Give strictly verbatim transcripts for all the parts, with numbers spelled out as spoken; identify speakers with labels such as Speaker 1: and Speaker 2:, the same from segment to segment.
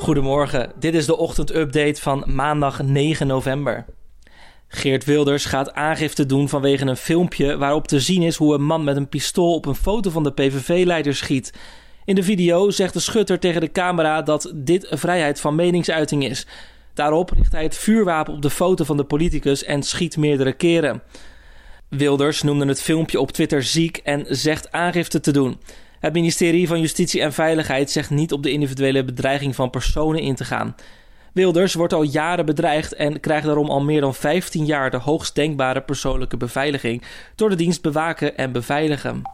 Speaker 1: Goedemorgen, dit is de ochtendupdate van maandag negen november. Geert Wilders gaat aangifte doen vanwege een filmpje waarop te zien is hoe een man met een pistool op een foto van de P V V-leider schiet. In de video zegt de schutter tegen de camera dat dit vrijheid van meningsuiting is. Daarop richt hij het vuurwapen op de foto van de politicus en schiet meerdere keren. Wilders noemde het filmpje op Twitter ziek en zegt aangifte te doen. Het ministerie van Justitie en Veiligheid zegt niet op de individuele bedreiging van personen in te gaan. Wilders wordt al jaren bedreigd en krijgt daarom al meer dan vijftien jaar de hoogst denkbare persoonlijke beveiliging door de dienst Bewaken en Beveiligen.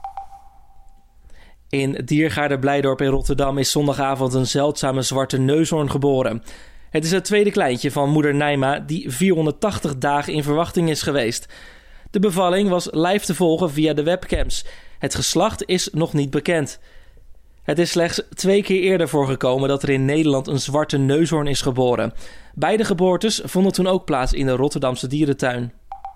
Speaker 1: In Diergaarde Blijdorp in Rotterdam is zondagavond een zeldzame zwarte neushoorn geboren. Het is het tweede kleintje van moeder Nijma die vierhonderdtachtig dagen in verwachting is geweest. De bevalling was live te volgen via de webcams. Het geslacht is nog niet bekend. Het is slechts twee keer eerder voorgekomen dat er in Nederland een zwarte neushoorn is geboren. Beide geboortes vonden toen ook plaats in de Rotterdamse dierentuin.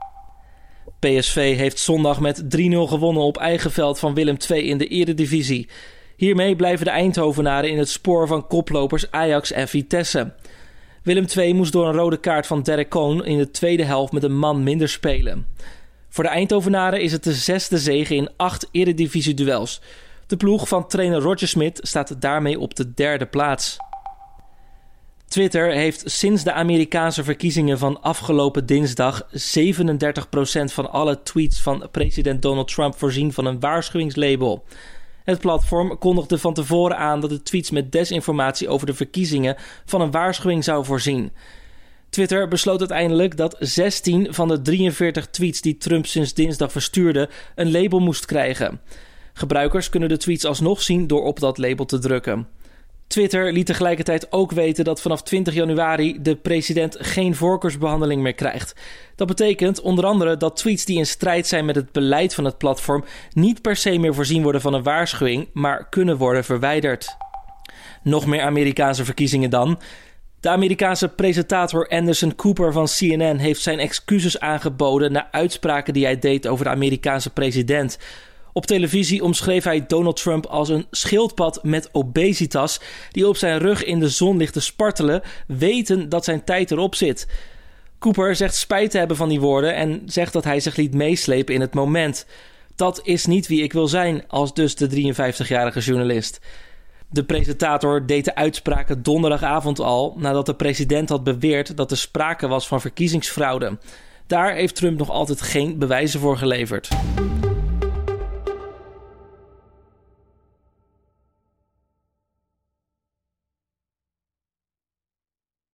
Speaker 1: P S V heeft zondag met drie nul gewonnen op eigen veld van Willem twee in de Eredivisie. Hiermee blijven de Eindhovenaren in het spoor van koplopers Ajax en Vitesse. Willem twee moest door een rode kaart van Derek Cohn in de tweede helft met een man minder spelen. Voor de Eindhovenaren is het de zesde zege in acht Eredivisie-duels. De ploeg van trainer Roger Smit staat daarmee op de derde plaats. Twitter heeft sinds de Amerikaanse verkiezingen van afgelopen dinsdag zevenendertig procent van alle tweets van president Donald Trump voorzien van een waarschuwingslabel. Het platform kondigde van tevoren aan dat de tweets met desinformatie over de verkiezingen van een waarschuwing zou voorzien. Twitter besloot uiteindelijk dat zestien van de drieënveertig tweets die Trump sinds dinsdag verstuurde een label moest krijgen. Gebruikers kunnen de tweets alsnog zien door op dat label te drukken. Twitter liet tegelijkertijd ook weten dat vanaf twintig januari de president geen voorkeursbehandeling meer krijgt. Dat betekent onder andere dat tweets die in strijd zijn met het beleid van het platform niet per se meer voorzien worden van een waarschuwing, maar kunnen worden verwijderd. Nog meer Amerikaanse verkiezingen dan. De Amerikaanse presentator Anderson Cooper van C N N heeft zijn excuses aangeboden na uitspraken die hij deed over de Amerikaanse president. Op televisie omschreef hij Donald Trump als een schildpad met obesitas die op zijn rug in de zon ligt te spartelen, weten dat zijn tijd erop zit. Cooper zegt spijt te hebben van die woorden en zegt dat hij zich liet meeslepen in het moment. Dat is niet wie ik wil zijn, als dus de drieënvijftigjarige journalist. De presentator deed de uitspraken donderdagavond al nadat de president had beweerd dat er sprake was van verkiezingsfraude. Daar heeft Trump nog altijd geen bewijzen voor geleverd.